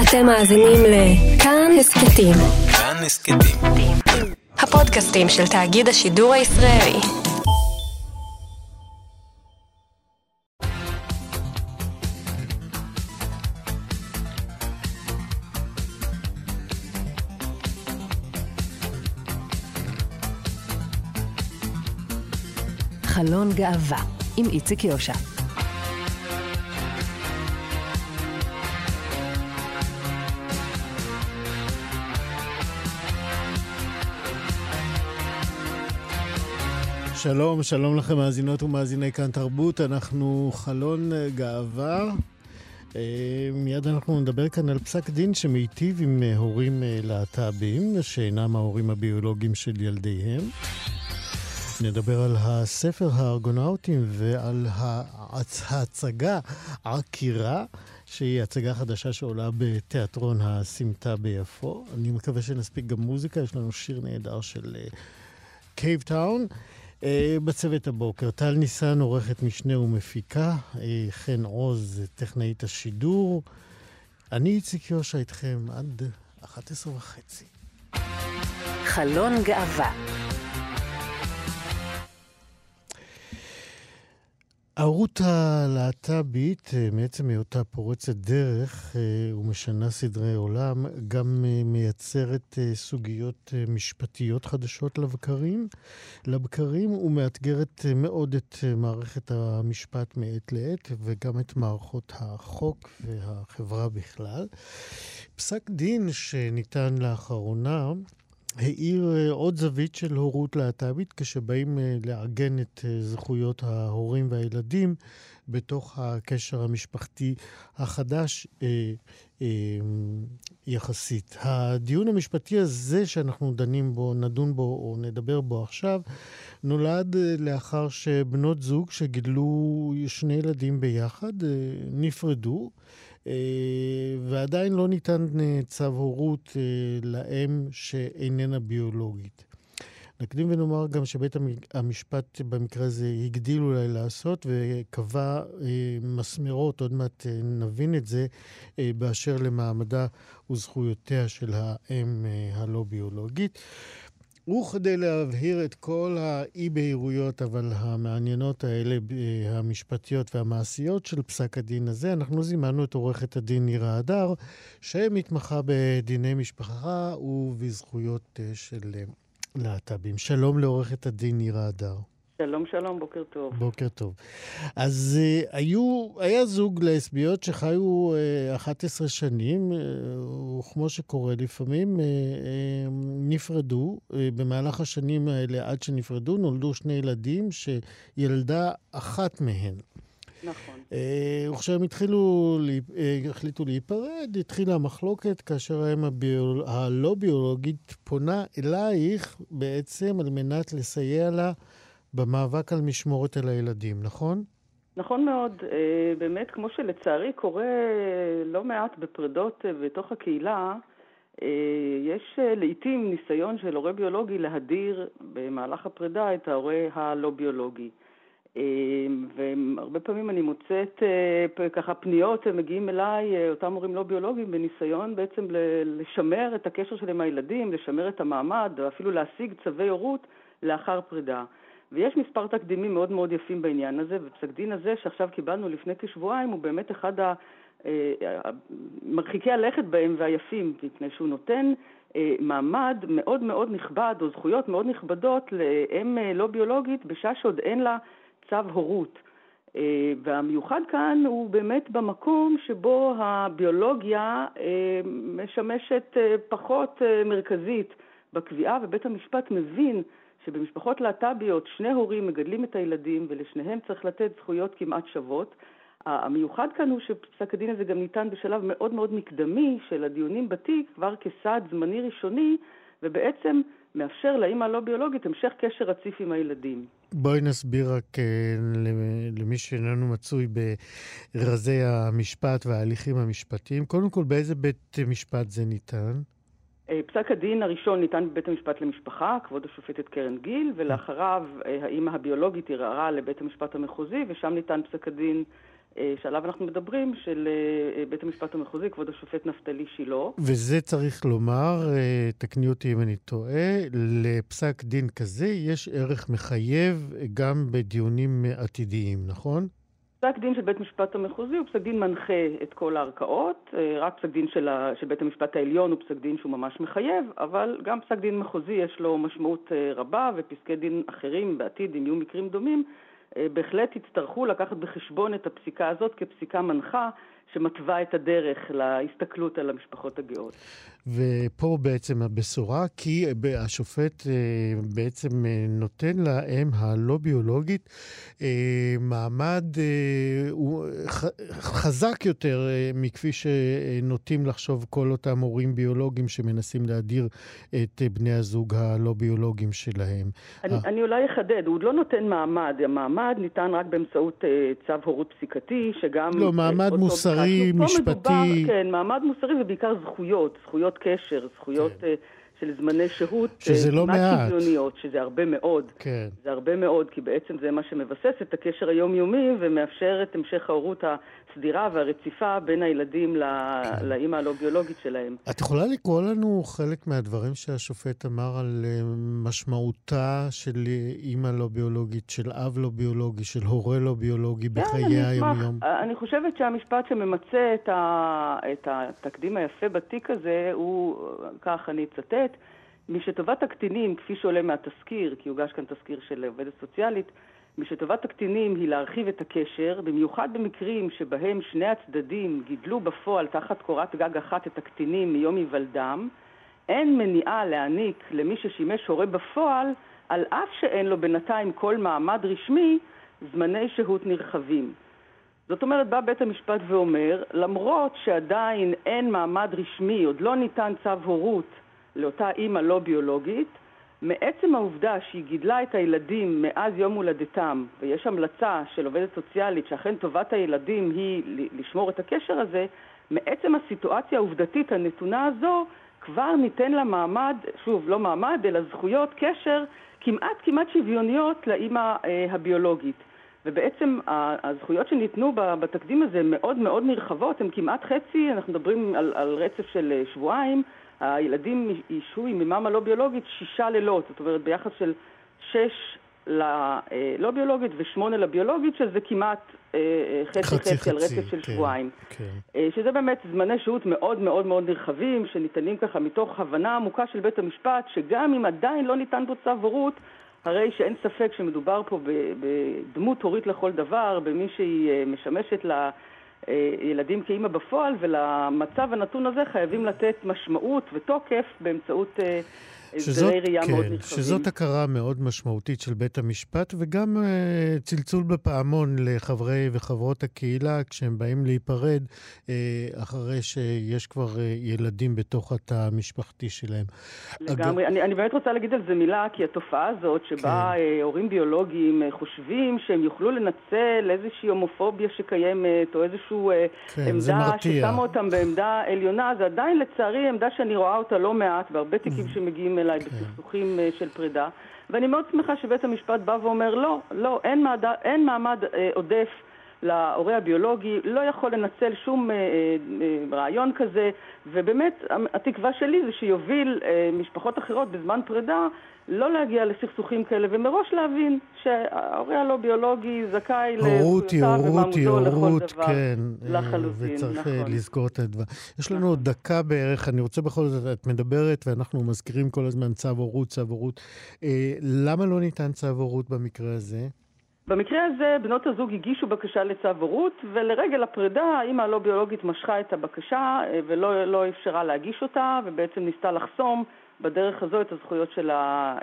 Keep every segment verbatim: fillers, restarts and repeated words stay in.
אתם מאזינים לכאן הסכתים. כאן הסכתים. הפודקאסטים של תאגיד השידור הישראלי. חלון גאווה עם איציק יושע. שלום, שלום לכם מאזינות ומאזיני כאן תרבות, אנחנו חלון גאווה. מיד אנחנו נדבר כאן על פסק דין שמיטיב עם הורים להט"בים, שאינם ההורים הביולוגיים של ילדיהם. נדבר על הספר הארגונאוטים ועל ההצגה עקירה, שהיא הצגה חדשה שעולה בתיאטרון הסמטה ביפו. אני מקווה שנספיק גם מוזיקה, יש לנו שיר נהדר של קייבטאון. בצוות הבוקר, טל ניסן, עורכת משנה ומפיקה, חן עוז, טכנאית השידור. אני איציק יושע איתכם עד אחת עשרה וחצי. חלון גאווה. ההורות הלהט"בית, מעצם היותה פורצת דרך ומשנה סדרי עולם, גם מייצרת סוגיות משפטיות חדשות לבקרים, לבקרים ומאתגרת מאוד את מערכת המשפט מעת לעת, וגם את מערכות החוק והחברה בכלל. פסק דין שניתן לאחרונה העיר עוד זווית של הורות להט"בית, כשבאים לעגן את זכויות ההורים והילדים בתוך הקשר המשפחתי החדש אה, אה, יחסית. הדיון המשפטי הזה שאנחנו דנים בו, נדון בו או נדבר בו עכשיו, נולד לאחר שבנות זוג שגידלו שני ילדים ביחד נפרדו, ועדיין לא ניתן צו הורות לאם שאיננה ביולוגית. נקדים ונאמר גם שבית המשפט במקרה הזה הגדיל אולי לעשות וקבע מסמרות, עוד מעט נבין את זה, באשר למעמדה וזכויותיה של האם הלא ביולוגית. וכדי להבהיר את כל האי-בהירויות אבל המעניינות האלה המשפטיות והמעשיות של פסק הדין הזה, אנחנו זימנו את עורכת הדין נירה הדר, שמתמחה בדיני משפחה ובזכויות של להט"בים. שלום לעורכת הדין נירה הדר. שלום, שלום, בוקר טוב. בוקר טוב. אז uh, היו, היה זוג לסביות שחיו uh, אחת עשרה שנים, uh, וכמו שקורה לפעמים, uh, uh, נפרדו. Uh, במהלך השנים האלה, עד שנפרדו, נולדו שני ילדים שילדה אחת מהן. נכון. Uh, וכשהם התחילו, uh, החליטו להיפרד, התחילה המחלוקת, כאשר האם הביול, הלא ביולוגית פונה אלייך בעצם על מנת לסייע לה במאבק על משמורת על הילדים, נכון? נכון מאוד. באמת, כמו שלצערי קורה לא מעט בפרדות בתוך הקהילה, יש לעתים ניסיון של הורה ביולוגי להדיר במהלך הפרידה את ההורה הלא ביולוגי. והרבה פעמים אני מוצאת ככה פניות, מגיעים אליי אותם הורים לא ביולוגיים בניסיון בעצם לשמר את הקשר שלהם עם הילדים, לשמר את המעמד, ואפילו להשיג צווי הורות לאחר פרידה. ויש מספר תקדימים מאוד מאוד יפים בעניין הזה, ופסק דין הזה שעכשיו קיבלנו לפני כשבועיים הוא באמת אחד מרחיקי הלכת בהם והיפים, מפני שהוא נותן מעמד מאוד מאוד נכבד או זכויות מאוד נכבדות לאם לא ביולוגית בשעה שעוד אין לה צו הורות. והמיוחד כאן הוא באמת במקום שבו הביולוגיה משמשת פחות מרכזית בקביעה, ובית המשפט מבין שבמשפחות להט"ביות שני הורים מגדלים את הילדים ולשניהם צריך לתת זכויות כמעט שוות. המיוחד כאן הוא שפסק הדין הזה גם ניתן בשלב מאוד מאוד מקדמי של הדיונים בתיק, כבר כסעד זמני ראשוני, ובעצם מאפשר לאמא הלא ביולוגית המשך קשר רציף עם הילדים. בואי נסביר רק למי שאיננו מצוי ברזי המשפט וההליכים המשפטיים. קודם כל, באיזה בית משפט זה ניתן? פסק הדין הראשון ניתן בבית המשפט למשפחה, כבוד השופטת קרן גיל, ולאחריו האמא הביולוגית ערערה לבית המשפט המחוזי, ושם ניתן פסק הדין שעליו אנחנו מדברים, של בית המשפט המחוזי, כבוד השופט נפתלי שילה. וזה צריך לומר, תקני אותי אם אני טועה, לפסק דין כזה יש ערך מחייב גם בדיונים עתידיים, נכון? פסק דין של בית משפט המחוזי הוא פסק דין מנחה את כל הערכאות, רק פסק דין של, ה... של בית המשפט העליון הוא פסק דין שהוא ממש מחייב, אבל גם פסק דין מחוזי יש לו משמעות רבה, ופסקי דין אחרים בעתיד, אם יהיו מקרים דומים, בהחלט יצטרכו לקחת בחשבון את הפסיקה הזאת כפסיקה מנחה שמתווה את הדרך להסתכלות על המשפחות הגאות. ופה בעצם הבשורה, כי השופט בעצם נותן לאם הלא ביולוגית מעמד חזק יותר מכפי שנוטים לחשוב כל אותם הורים ביולוגיים שמנסים להדיר את בני הזוג הלא ביולוגיים שלהם. אני, אני אולי אחדד, הוא לא נותן מעמד, המעמד ניתן רק באמצעות צו הורות פסיקתי, שגם... לא, מעמד מוסרי, משפטי. מדובר, כן, מעמד מוסרי ובעיקר זכויות, זכויות קשר, זכויות כן. של זמני שהות, שזה לא מעט. שוויוניות, שזה הרבה מאוד. כן. זה הרבה מאוד, כי בעצם זה מה שמבסס את הקשר היומיומי ומאפשר את המשך ההורות הסדירה והרציפה בין הילדים כן. לאמא הלא ביולוגית שלהם. את יכולה לקרוא לנו חלק מהדברים שהשופט אמר על משמעותה של אמא לא ביולוגית, של אב לא ביולוגי, של הורה לא ביולוגי בחיי כן, היום-יום? אני חושבת שהמשפט שממצא את, ה, את התקדים היפה בתיק הזה הוא, כך אני אצטט, משטובת הקטינים, כפי שעולה מהתזכיר, כי הוגש כאן תזכיר של עובדת סוציאלית, משטובת הקטינים היא להרחיב את הקשר, במיוחד במקרים שבהם שני הצדדים גידלו בפועל תחת קורת גג אחת את הקטינים מיום היוולדם, אין מניעה להעניק למי ששימש הורה בפועל, על אף שאין לו בינתיים כל מעמד רשמי, זמני שהות נרחבים. זאת אומרת, בא בית המשפט ואומר, למרות שעדיין אין מעמד רשמי, עוד לא ניתן צו הורות לאותה אימא לא ביולוגית, מעצם העובדה שהיא גידלה את הילדים מאז יום הולדתם, ויש המלצה של עובדת סוציאלית שאכן טובת הילדים היא לשמור את הקשר הזה, מעצם הסיטואציה העובדתית הנתונה הזו, כבר ניתן לה מעמד, שוב, לא מעמד, אלא זכויות קשר כמעט כמעט שוויוניות לאימא אה, הביולוגית. ובעצם הזכויות שניתנו בתקדים הזה מאוד מאוד נרחבות, הן כמעט חצי, אנחנו מדברים על, על רצף של שבועיים, הילדים ישהו עם אמא לא ביולוגית שישה לילות, זאת אומרת ביחס של שש ללא ביולוגית ושמונה לביולוגית, שזה כמעט חצי חצי, חצי על רצף של כן, שבועיים. כן. שזה באמת זמני שהות מאוד מאוד מאוד נרחבים, שניתנים ככה מתוך הבנה עמוקה של בית המשפט, שגם אם עדיין לא ניתן בו צו הורות, הרי שאין ספק שמדובר פה בדמות הורית לכל דבר, במי שהיא משמשת לה ילדים כאימא בפועל, ולמצב הנתון הזה חייבים לתת משמעות ותוקף באמצעות הסדרי ראייה כן, מאוד נרחבים. שזאת הכרה מאוד משמעותית של בית המשפט, וגם uh, צלצול בפעמון לחברי וחברות הקהילה, כשהם באים להיפרד, uh, אחרי שיש כבר uh, ילדים בתוך התא המשפחתי שלהם. לגמרי. אג... אני, אני באמת רוצה להגיד על זה מילה, כי התופעה הזאת שבה כן. uh, הורים ביולוגיים uh, חושבים שהם יוכלו לנצל איזושהי הומופוביה שקיימת, או איזשהו uh, כן, עמדה ששמה אותם בעמדה עליונה, זה עדיין לצערי עמדה שאני רואה אותה לא מעט, בהרבה תיקים שמגיעים אליי בסכסוכים של פרידה, ואני מאוד שמחה שבית המשפט בא ואומר, לא, לא, אין מעמד, אין מעמד אה, עודף להורה הביולוגי, לא יכול לנצל שום אה, אה, רעיון כזה, ובאמת התקווה שלי זה שיוביל אה, משפחות אחרות בזמן פרידה, לא להגיע לסכסוכים כאלה, ומראש להבין שההורה הלא ביולוגי זכאי לזכויותיו ומעמודו לכל דבר. כן, לחלוטין, וצריך נכון. לזכור את הדבר. יש לנו עוד דקה בערך, אני רוצה בכל זאת, את מדברת, ואנחנו מזכירים כל הזמן צו הורות, צו הורות. אה, למה לא ניתן צו הורות במקרה הזה? במקרה הזה בנות הזוג הגישו בקשה לצו הורות, ולרגל הפרידה האמא הלא ביולוגית משכה את הבקשה ולא לא אפשרה להגיש אותה, ובעצם ניסתה לחסום בדרך הזו את הזכויות של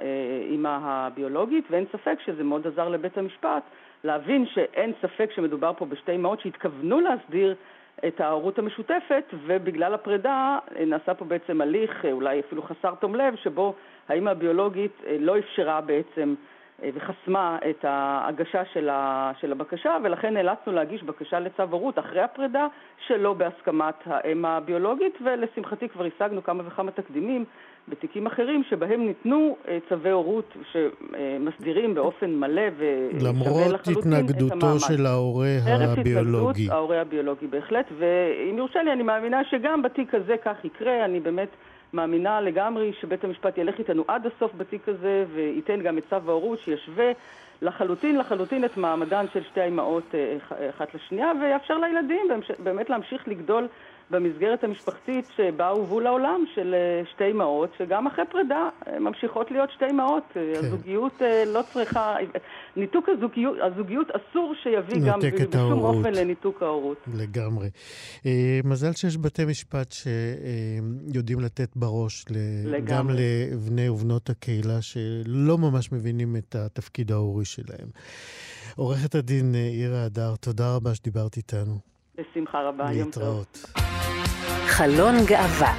האמא הביולוגית, ואין ספק שזה מאוד עזר לבית המשפט להבין שאין ספק שמדובר פה בשתי אמהות שהתכוונו להסדיר את ההורות המשותפת, ובגלל הפרידה נעשה פה בעצם הליך, אולי אפילו חסר תום לב, שבו האמא הביולוגית לא אפשרה בעצם וחסמה את ההגשה של, ה, של הבקשה, ולכן נאלצנו להגיש בקשה לצו הורות אחרי הפרידה שלא בהסכמת האם הביולוגית, ולשמחתי כבר השגנו כמה וכמה תקדימים בתיקים אחרים שבהם ניתנו צווי הורות שמסדירים באופן מלא ושווה לחלוטין את המעמד. למרות התנגדותו של ההורה הביולוגי. התנגדות ההורה הביולוגי בהחלט, ואם יורשה לי אני מאמינה שגם בתיק הזה כך יקרה. אני באמת מאמינה לגמרי שבית המשפט ילך איתנו עד הסוף בתיק הזה וייתן גם את צו ההורות שישווה לחלוטין לחלוטין את מעמדן של שתי האימהות אחת לשנייה, ויאפשר לילדים באמת להמשיך לגדול במסגרת המשפחתית שבה הובאו לעולם של שתי אימהות, שגם אחרי פרידה ממשיכות להיות שתי אימהות. כן. הזוגיות לא צריכה, ניתוק הזוגיות, הזוגיות אסור שיביא גם בשום אופן לניתוק ההורות. לגמרי. מזל שיש בתי משפט שיודעים לתת בראש גם לבני ובנות הקהילה שלא ממש מבינים את התפקיד ההורי שלהם. עורכת הדין אירה הדר, תודה רבה שדיברת איתנו. בשמחה רבה, יום טוב. להתראות. חלון גאווה.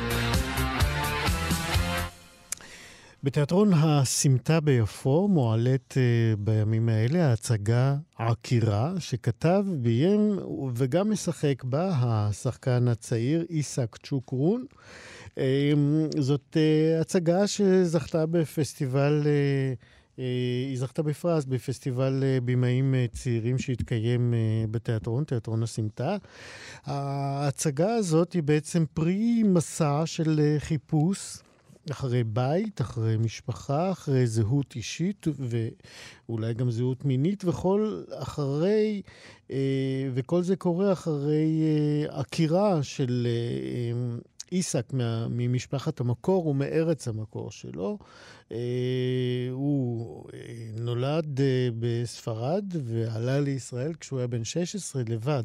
בתיאטרון הסמטה ביפו מועלת uh, בימים האלה ההצגה עקירה שכתב, ביים וגם משחק בה השחקן הצעיר איסק צ'וקרון. Uh, זאת uh, הצגה שזכתה בפסטיבל uh, היא זכתה בפרס בפסטיבל בימאים צעירים שהתקיים בתיאטרון, תיאטרון הסמטה. ההצגה הזאת היא בעצם פרי מסע של חיפוש אחרי בית, אחרי משפחה, אחרי זהות אישית ואולי גם זהות מינית, וכל אחרי, וכל זה קורה אחרי עקירה של איסק ממשפחת המקור ומארץ המקור שלו. הוא נולד בספרד ועלה לישראל כשהוא היה בן שש עשרה לבד.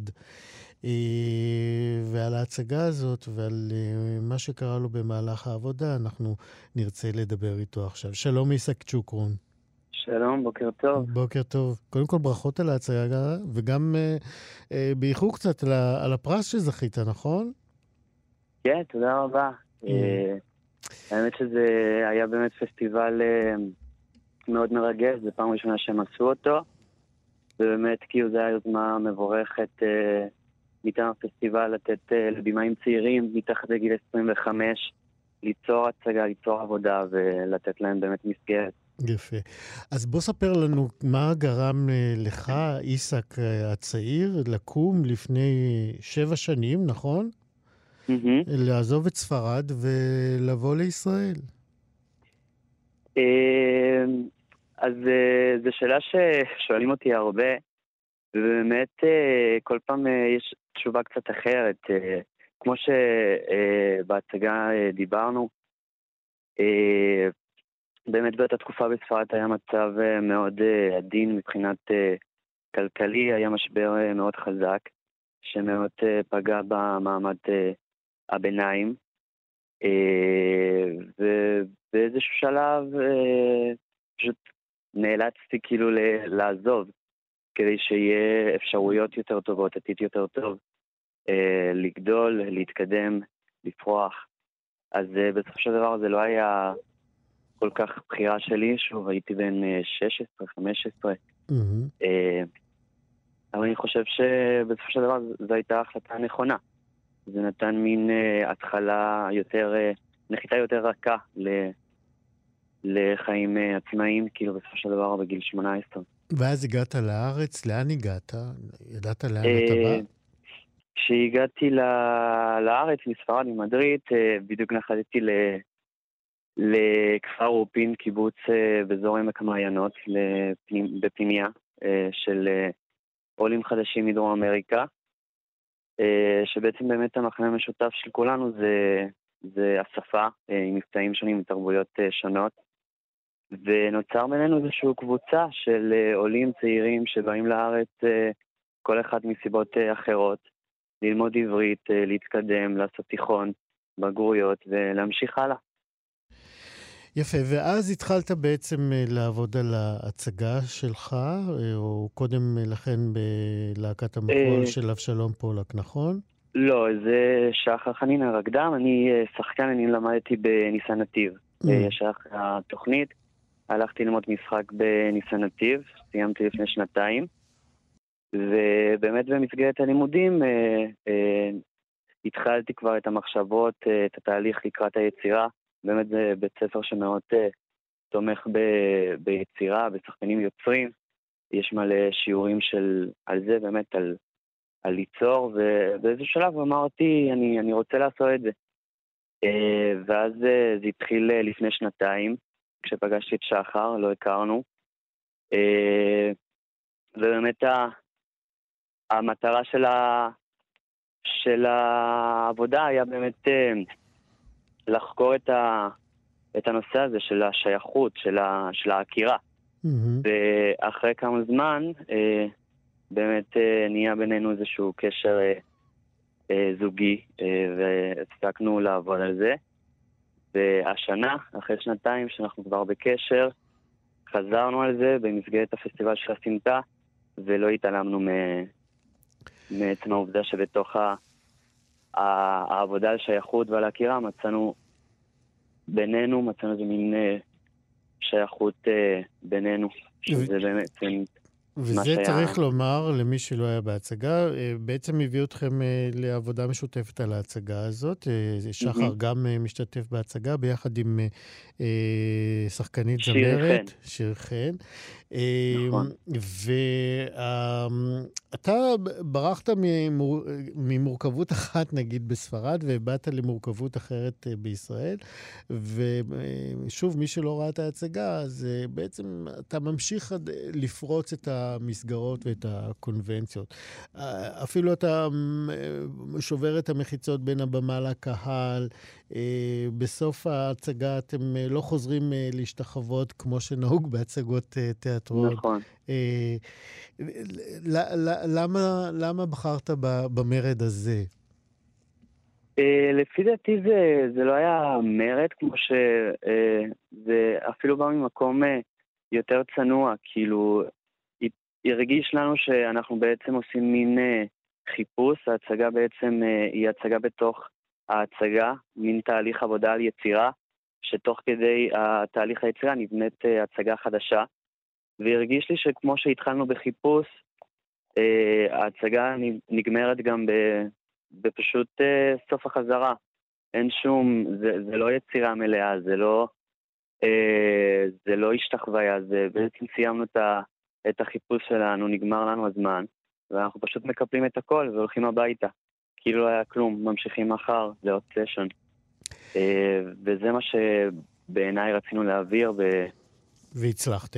ועל ההצגה הזאת ועל מה שקרה לו במהלך העבודה אנחנו נרצה לדבר איתו עכשיו. שלום איסק צ'וקרון. שלום, בוקר טוב. בוקר טוב. קודם כל ברכות על ההצגה וגם באיחור קצת על הפרס שזכית, נכון? כן, תודה רבה. האמת שזה היה באמת פסטיבל מאוד מרגש, זו פעם ראשונה שהם עשו אותו, ובאמת כאילו זו הייתה יוזמה מבורכת מטעם הפסטיבל לתת לבימאים צעירים מתחת לגיל עשרים וחמש ליצור הצגה, ליצור עבודה ולתת להם באמת מסגרת. יפה. אז בוא ספר לנו מה גרם לך, איסק הצעיר, לקום לפני שבע שנים, נכון? Mm-hmm. לעזוב את ספרד ולבוא לישראל. אז זו שאלה ששואלים אותי הרבה, ובאמת כל פעם יש תשובה קצת אחרת. כמו שבהצגה דיברנו, באמת באותה תקופה בספרד היה מצב מאוד עדין מבחינת כלכלי, היה משבר מאוד חזק, שמאוד פגע במעמד הביניים, ובאיזשהו שלב פשוט נאלצתי כאילו לעזוב, כדי שיהיה אפשרויות יותר טובות, עתיד יותר טוב, לגדול, להתקדם, לפרוח. אז בסופו של דבר זה לא היה כל כך בחירה שלי, שוב הייתי בן שש עשרה חמש עשרה, mm-hmm. אבל אני חושב שבסופו של דבר זו הייתה החלטה נכונה. זה נתן מין uh, התחלה יותר, uh, נחיתה יותר רכה ל, לחיים uh, עצמאיים, כאילו בסופו של דבר בגיל שמונה עשרה. ואז הגעת לארץ, לאן הגעת? ידעת לאן uh, אתה בא? כשהגעתי ל- לארץ מספרד, ממדריד, uh, בדיוק נחתתי ל- לכפר אורפין, קיבוץ uh, באזור עמק המעיינות, לפנימ- בפנימיה uh, של uh, עולים חדשים מדרום אמריקה. שבעצם באמת המחנה המשותף של כולנו זה, זה השפה, עם מבטאים שונים, עם תרבויות שונות, ונוצר בינינו איזושהי קבוצה של עולים צעירים שבאים לארץ כל אחד מסיבות אחרות, ללמוד עברית, להתקדם, לעשות תיכון, בגרויות ולהמשיך הלאה. יפה, ואז התחלת בעצם לעבוד על ההצגה שלך, או קודם לכן בלהקת המחול של אבשלום פולק, נכון? לא, זה שחר חנין הרקדם, אני שחקן, אני למדתי בניסן נתיב. יש לך התוכנית, הלכתי ללמוד משחק בניסן נתיב, סיימתי לפני שנתיים, ובאמת במסגרת הלימודים אה, אה, התחלתי כבר את המחשבות, אה, את התהליך לקראת היצירה. באמת זה בית ספר שמאוד אה, תומך ב, ביצירה, בשחקנים יוצרים. יש מלא שיעורים של, על זה, באמת על, על ליצור, ובאיזה שלב אמרתי, אני, אני רוצה לעשות את זה. אה, ואז אה, זה התחיל אה, לפני שנתיים, כשפגשתי את שחר, לא הכרנו. אה, ובאמת ה... המטרה של, ה... של העבודה היה באמת לחקור את, ה... את הנושא הזה של השייכות, של, ה... של ההכירה. Mm-hmm. ואחרי כמה זמן באמת נהיה בינינו איזשהו קשר זוגי, והפסקנו לעבוד על זה. והשנה, אחרי שנתיים שאנחנו כבר בקשר, חזרנו על זה במסגרת הפסטיבל של הסמטה, ולא התעלמנו מ... מעצם העובדה שבתוך ה... העבודה על שייכות ועל הכירה מצאנו בינינו, מצאנו איזה מין שייכות בינינו, שזה באמת וזה צריך לומר למי שלא היה בהצגה, בעצם הביא אתכם לעבודה משותפת על ההצגה הזאת. שחר גם משתתף בהצגה ביחד עם שחקנית זמרת, שיר חן. ואתה ברחת ממורכבות אחת נגיד בספרד ובאת למורכבות אחרת בישראל, ושוב מי שלא ראה את ההצגה אז בעצם אתה ממשיך לפרוץ את המסגרות ואת הקונבנציות. אפילו אתה שובר את המחיצות בין הבמה לקהל, בסוף ההצגה אתם לא חוזרים להשתחוות כמו שנהוג בהצגות תיאטרון. נכון. למה, למה בחרת במרד הזה? לפי דעתי זה, זה לא היה מרד, כמו שזה אפילו בא ממקום יותר צנוע, כאילו הרגיש לנו שאנחנו בעצם עושים מין חיפוש, ההצגה בעצם היא הצגה בתוך ההצגה, מין תהליך עבודה על יצירה, שתוך כדי התהליך היצירה נבנית הצגה חדשה, והרגיש לי שכמו שהתחלנו בחיפוש, ההצגה נגמרת גם בפשוט סוף החזרה. אין שום, זה, זה לא יצירה מלאה, זה לא, זה לא השתחוויה, זה בעצם סיימנו את ה... את החיפוש שלנו, נגמר לנו הזמן, ואנחנו פשוט מקפלים את הכל והולכים הביתה. כאילו לא היה כלום, ממשיכים מחר לעוד סשן. וזה מה שבעיניי רצינו להעביר. ו... והצלחתם.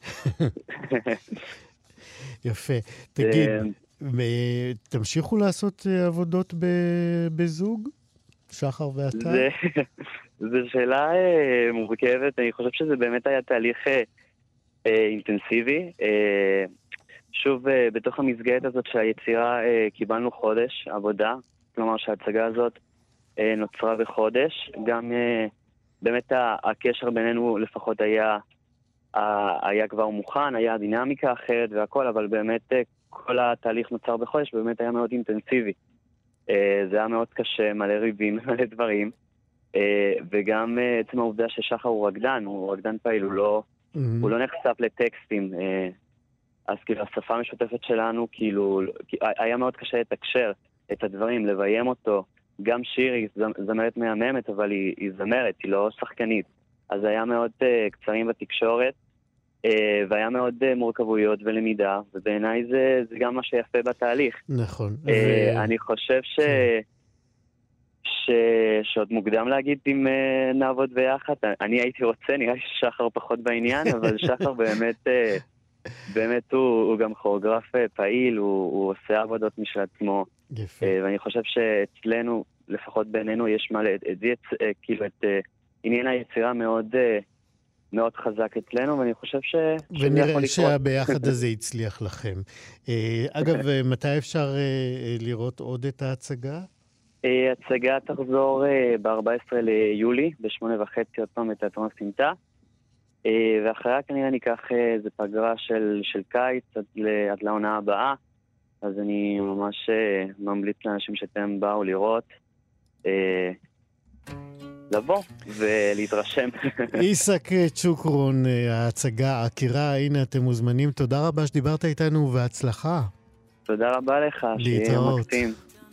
יפה. תגיד, תמשיכו לעשות עבודות בזוג? שחר ואתה? זו שאלה מורכבת. אני חושב שזה באמת היה תהליך אינטנסיבי. שוב, בתוך המסגרת הזאת שהיצירה קיבלנו חודש עבודה, כלומר שההצגה הזאת נוצרה בחודש. גם באמת הקשר בינינו לפחות היה, היה כבר מוכן, היה דינמיקה אחרת והכל, אבל באמת כל התהליך נוצר בחודש, באמת היה מאוד אינטנסיבי. זה היה מאוד קשה, מלא ריבים, מלא דברים, וגם עצם העובדה ששחר הוא רקדן, הוא רקדן פעיל, הוא לא... Mm-hmm. הוא לא נחשף לטקסטים, אז כאילו השפה המשותפת שלנו, כאילו, היה מאוד קשה לתקשר את הדברים, לביים אותו. גם שיר היא זמרת מהממת, אבל היא, היא זמרת, היא לא שחקנית. אז היה מאוד uh, קצרים בתקשורת, uh, והיה מאוד uh, מורכבויות ולמידה, ובעיניי זה, זה גם מה שיפה בתהליך. נכון. Uh, ו... אני חושב ש... ש... שעוד מוקדם להגיד אם uh, נעבוד ביחד. אני הייתי רוצה, נראה לי ששחר פחות בעניין, אבל שחר באמת, uh, באמת הוא, הוא גם כוריאוגרף פעיל, הוא, הוא עושה עבודות משל עצמו. יפה. Uh, ואני חושב שאצלנו, לפחות בינינו, יש מה, את, את, את, uh, כאילו את uh, עניין היצירה מאוד, uh, מאוד חזק אצלנו, ואני חושב ש... ונראה שהביחד הזה הצליח לכם. Uh, אגב, מתי אפשר uh, לראות עוד את ההצגה? הצגה תחזור ב-ארבעה עשר ליולי, בשמונה וחצי עוד פעם בתיאטרון הסמטה, ואחריה כנראה ניקח איזה פגרה של, של קיץ עד, עד לעונה הבאה, אז אני ממש ממליץ לאנשים שאתם באו לראות. לבוא ולהתרשם. איסק צ'וקרון, ההצגה עקירה, הנה אתם מוזמנים. תודה רבה שדיברת איתנו ובהצלחה. תודה רבה לך, שיהיה מקסים.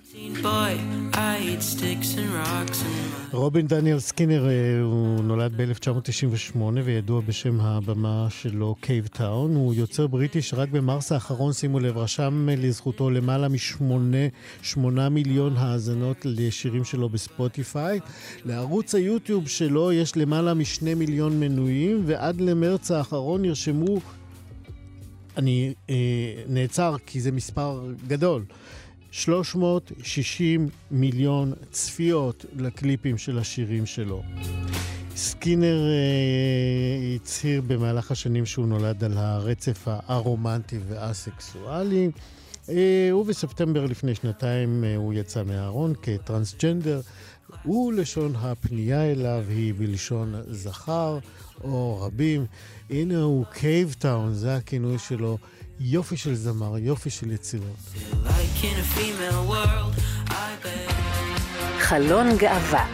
רובין דניאל סקינר הוא נולד ב-אלף תשע מאות תשעים ושמונה וידוע בשם הבמה שלו קייב טאון. הוא יוצר בריטי שרק במרס האחרון, שימו לב, רשם לזכותו למעלה משמונה שמונה מיליון האזנות לשירים שלו בספוטיפיי. לערוץ היוטיוב שלו יש למעלה משני מיליון מנויים, ועד למרץ האחרון נרשמו, אני אה, נעצר כי זה מספר גדול, שלוש מאות ושישים מיליון צפיות לקליפים של השירים שלו. סקינר אה, הצהיר במהלך השנים שהוא נולד על הרצף הארומנטי והסקסואלי, אה, ובספטמבר לפני שנתיים אה, הוא יצא מהארון כטרנסג'נדר, ולשון הפנייה אליו היא בלשון זכר או רבים. הנה הוא קייב טאון, זה הכינוי שלו. יופי של זמר, יופי של יצירות. חלון גאווה.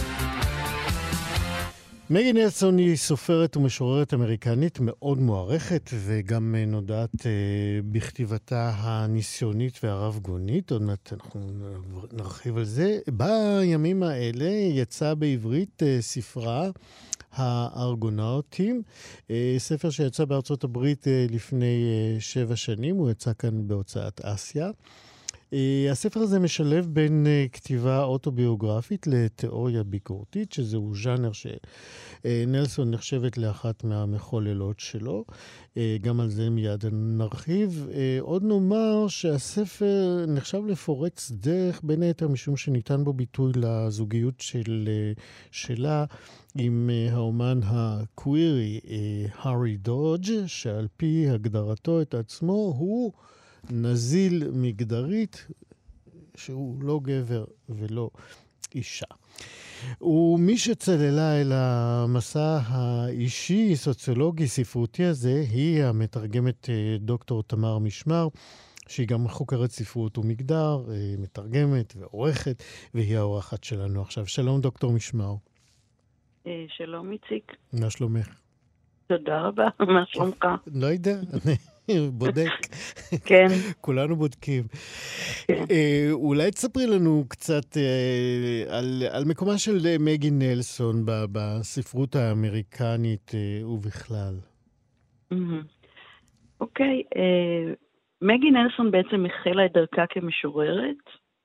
מגי נלסון היא סופרת ומשוררת אמריקנית מאוד מוערכת, וגם נודעת uh, בכתיבתה הניסיונית והרב-גונית. עוד מעט אנחנו נרחיב על זה. בימים האלה יצא בעברית uh, ספרה הארגונאוטים, uh, ספר שיצא בארצות הברית uh, לפני uh, שבע שנים, הוא יצא כאן בהוצאת אסיה. Uh, הספר הזה משלב בין uh, כתיבה אוטוביוגרפית לתיאוריה ביקורתית, שזהו ז'אנר שנלסון נחשבת לאחת מהמחוללות שלו. Uh, גם על זה מיד נרחיב. Uh, עוד נאמר שהספר נחשב לפורץ דרך, בין היתר משום שניתן בו ביטוי לזוגיות של, uh, שלה עם uh, האומן הקווירי uh, הארי דודג', שעל פי הגדרתו את עצמו הוא נזיל מגדרית, שהוא לא גבר ולא אישה. ומי שצללה אל המסע האישי, סוציולוגי, ספרותי הזה, היא המתרגמת דוקטור תמר משמר, שהיא גם חוקרת ספרות ומגדר, מתרגמת ועורכת, והיא האורחת שלנו עכשיו. שלום דוקטור משמר. שלום איציק. מה שלומך? תודה רבה, מה שלומך? לא יודע, אני בודק. כן. כולנו בודקים. כן. אה, אולי תספרי לנו קצת אה, על, על מקומה של מגי נלסון ב, בספרות האמריקנית אה, ובכלל. אוקיי, אה, מגי נלסון בעצם החלה את דרכה כמשוררת,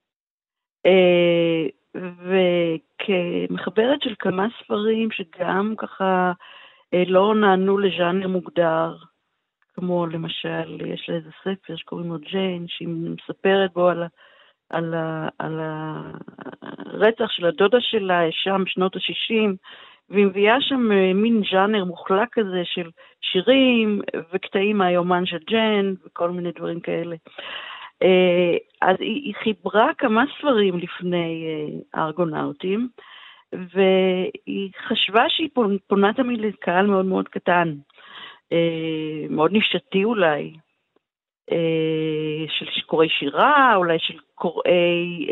אה, וכמחברת של כמה ספרים שגם ככה אה, לא נענו לז'אנר מוגדר, כמו למשל, יש לה איזה ספר שקוראים לו ג'יין, שהיא מספרת בו על, על, על הרצח של הדודה שלה, שם בשנות ה-שישים, והיא מביאה שם מין ז'אנר מוחלק כזה של שירים וקטעים מהיומן של ג'יין וכל מיני דברים כאלה. אז היא, היא חיברה כמה ספרים לפני הארגונאוטים, והיא חשבה שהיא פונה תמיד לקהל מאוד מאוד קטן, מאוד נישתי אולי, של קוראי שירה, אולי של קוראי,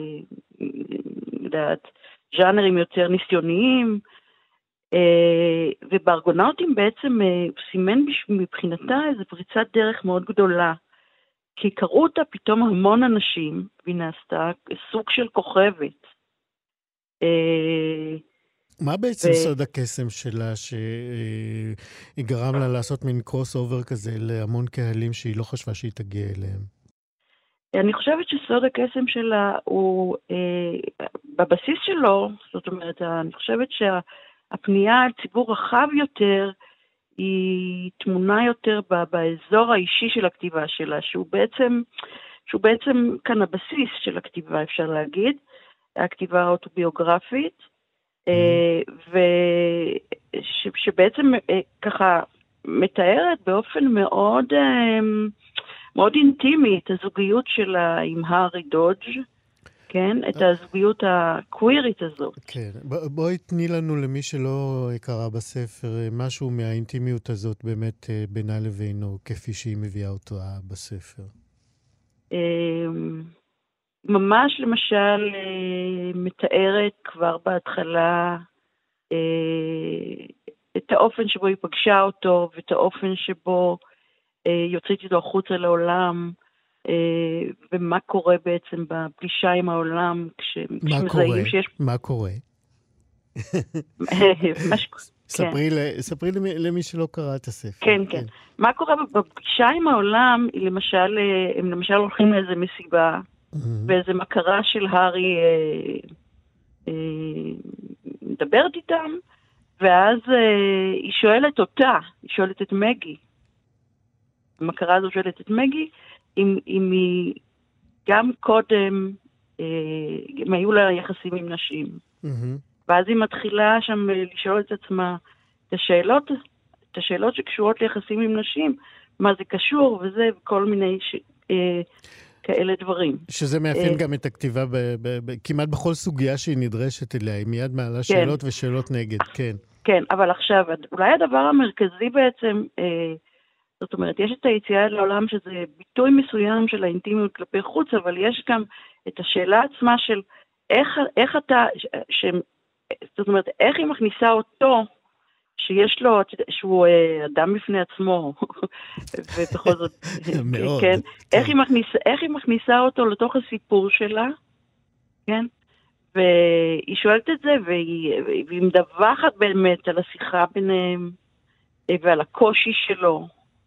יודעת, ז'אנרים יותר ניסיוניים, ובארגונאוטים בעצם סימן מבחינתה איזו פריצת דרך מאוד גדולה, כי קראו אותה פתאום המון אנשים, והיא נעשתה סוג של כוכבת. מה בעצם סוד הקסם שלה שגרם לה לעשות מין קרוס אובר כזה להמון קהלים שהיא לא חשבה שהיא תגיע אליהם? אני חושבת שסוד הקסם שלה הוא בבסיס שלו, זאת אומרת, אני חושבת שהפנייה על ציבור רחב יותר היא תמונה יותר באזור האישי של הכתיבה שלה, שהוא בעצם, שהוא בעצם כאן הבסיס של הכתיבה, אפשר להגיד, הכתיבה האוטוביוגרפית, ושבעצם ככה מתארת באופן מאוד מאוד אינטימי את הזוגיות שלה עם הארי דודג', כן? את הזוגיות הקווירית הזאת. כן, בואי תני לנו למי שלא קרא בספר משהו מהאינטימיות הזאת באמת בינה לבינו, כפי שהיא מביאה אותו בספר. ממש למשל מתארת כבר בהתחלה את האופן שבו היא פגשה אותו, ואת האופן שבו יוצאת איתו החוצה לעולם, ומה קורה בעצם בפגישה עם העולם, כשמזהים שיש... מה קורה? ספרי למי שלא קרא את הספר. כן, כן. מה קורה בפגישה עם העולם, למשל, הם למשל הולכים לאיזה מסיבה, ואיזה מכרה של הארי מדברת איתם, ואז היא שואלת אותה, היא שואלת את מגי, המכרה הזו שואלת את מגי, אם, אם היא גם קודם, אם היו לה יחסים עם נשים. ואז היא מתחילה שם לשאול את עצמה את השאלות, את השאלות שקשורות ליחסים עם נשים, מה זה קשור וזה, וכל מיני ש... כאלה דברים. שזה מאפיין גם את הכתיבה כמעט בכל סוגיה שהיא נדרשת אליה, היא מיד מעלה שאלות ושאלות נגד, כן. כן, אבל עכשיו, אולי הדבר המרכזי בעצם, זאת אומרת, יש את היציאה לעולם שזה ביטוי מסוים של האינטימיות כלפי חוץ, אבל יש גם את השאלה עצמה של איך, איך אתה, ש, זאת אומרת, איך היא מכניסה אותו, שיש לו, שהוא אדם בפני עצמו, ובכל זאת, מאוד, כן, איך היא מכניסה, איך היא מכניסה אותו לתוך הסיפור שלה, כן, והיא שואלת את זה, והיא, והיא מדווחת באמת על השיחה ביניהם, ועל הקושי שלו,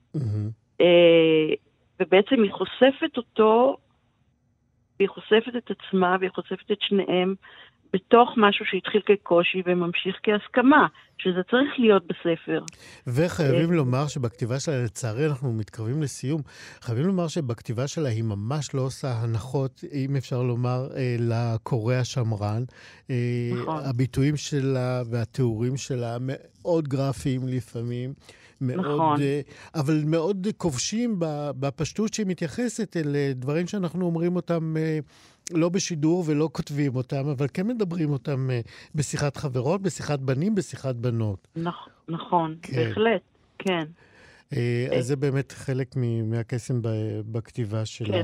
ובעצם היא חושפת אותו, והיא חושפת את עצמה, והיא חושפת את שניהם, בתוך משהו שהתחיל כקושי וממשיך כהסכמה, שזה צריך להיות בספר. וחייבים לומר שבכתיבה שלה, לצערי אנחנו מתקרבים לסיום, חייבים לומר שבכתיבה שלה היא ממש לא עושה הנחות, אם אפשר לומר, לקורא השמרן. נכון. הביטויים שלה והתיאורים שלה מאוד גרפיים לפעמים, מאוד, נכון. אבל מאוד כובשים בפשטות שהיא מתייחסת אל דברים שאנחנו אומרים אותם לא בשידור ולא כותבים אותם, אבל כן מדברים אותם בשיחת חברות, בשיחת בנים, בשיחת בנות. נכון, בהחלט, כן. אז זה באמת חלק מהקסם בכתיבה שלה.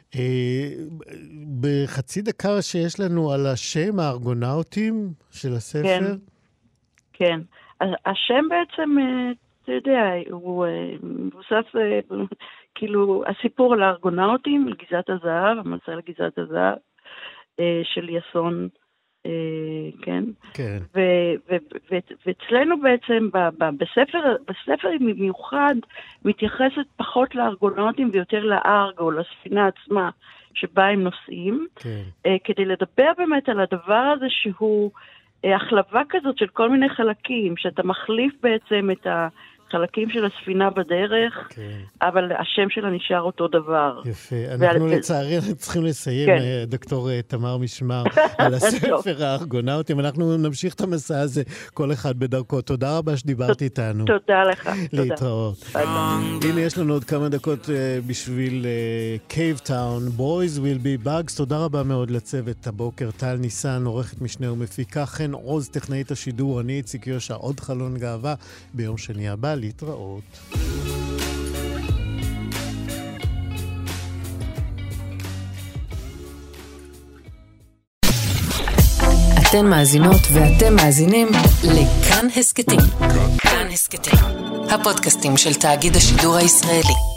בחצי דקה שיש לנו על השם, הארגונאוטים של הספר. כן, השם בעצם, אתה יודע, הוא מבוסס, כאילו, הסיפור על הארגונאוטים, על גזעת הזהב, המצע על גזעת הזהב, של יסון, כן? כן. ואצלנו בעצם, בספר במיוחד, מתייחסת פחות לארגונאוטים ויותר לארג, או לספינה עצמה, שבה הם נוסעים, כדי לדבר באמת על הדבר הזה שהוא החלבה כזאת של כל מיני חלקים, שאתה מחליף בעצם את ה... חלקים של הספינה בדרך, כן. אבל השם שלה נשאר אותו דבר. יפה. אנחנו ועל... לצערי צריכים לסיים, כן. דוקטור תמר משמר, על הספר הארגונאוטים. אנחנו נמשיך את המסע הזה, כל אחד בדרכו. תודה רבה שדיברת איתנו. תודה לך. להתראות. הנה יש לנו עוד כמה דקות בשביל קייבטאון. Boys will be bugs. תודה רבה מאוד לצוות הבוקר. טל ניסן, עורכת משנה ומפיקה. חן עוז, טכנאית השידור. אני איציק יושע, עוד חלון גאווה. ביום שני הבא. להתראות. אתן מאזינות ואתם מאזינים לכאן הסקטים. כאן הסקטים, הפודקאסטים של תאגיד השידור הישראלי.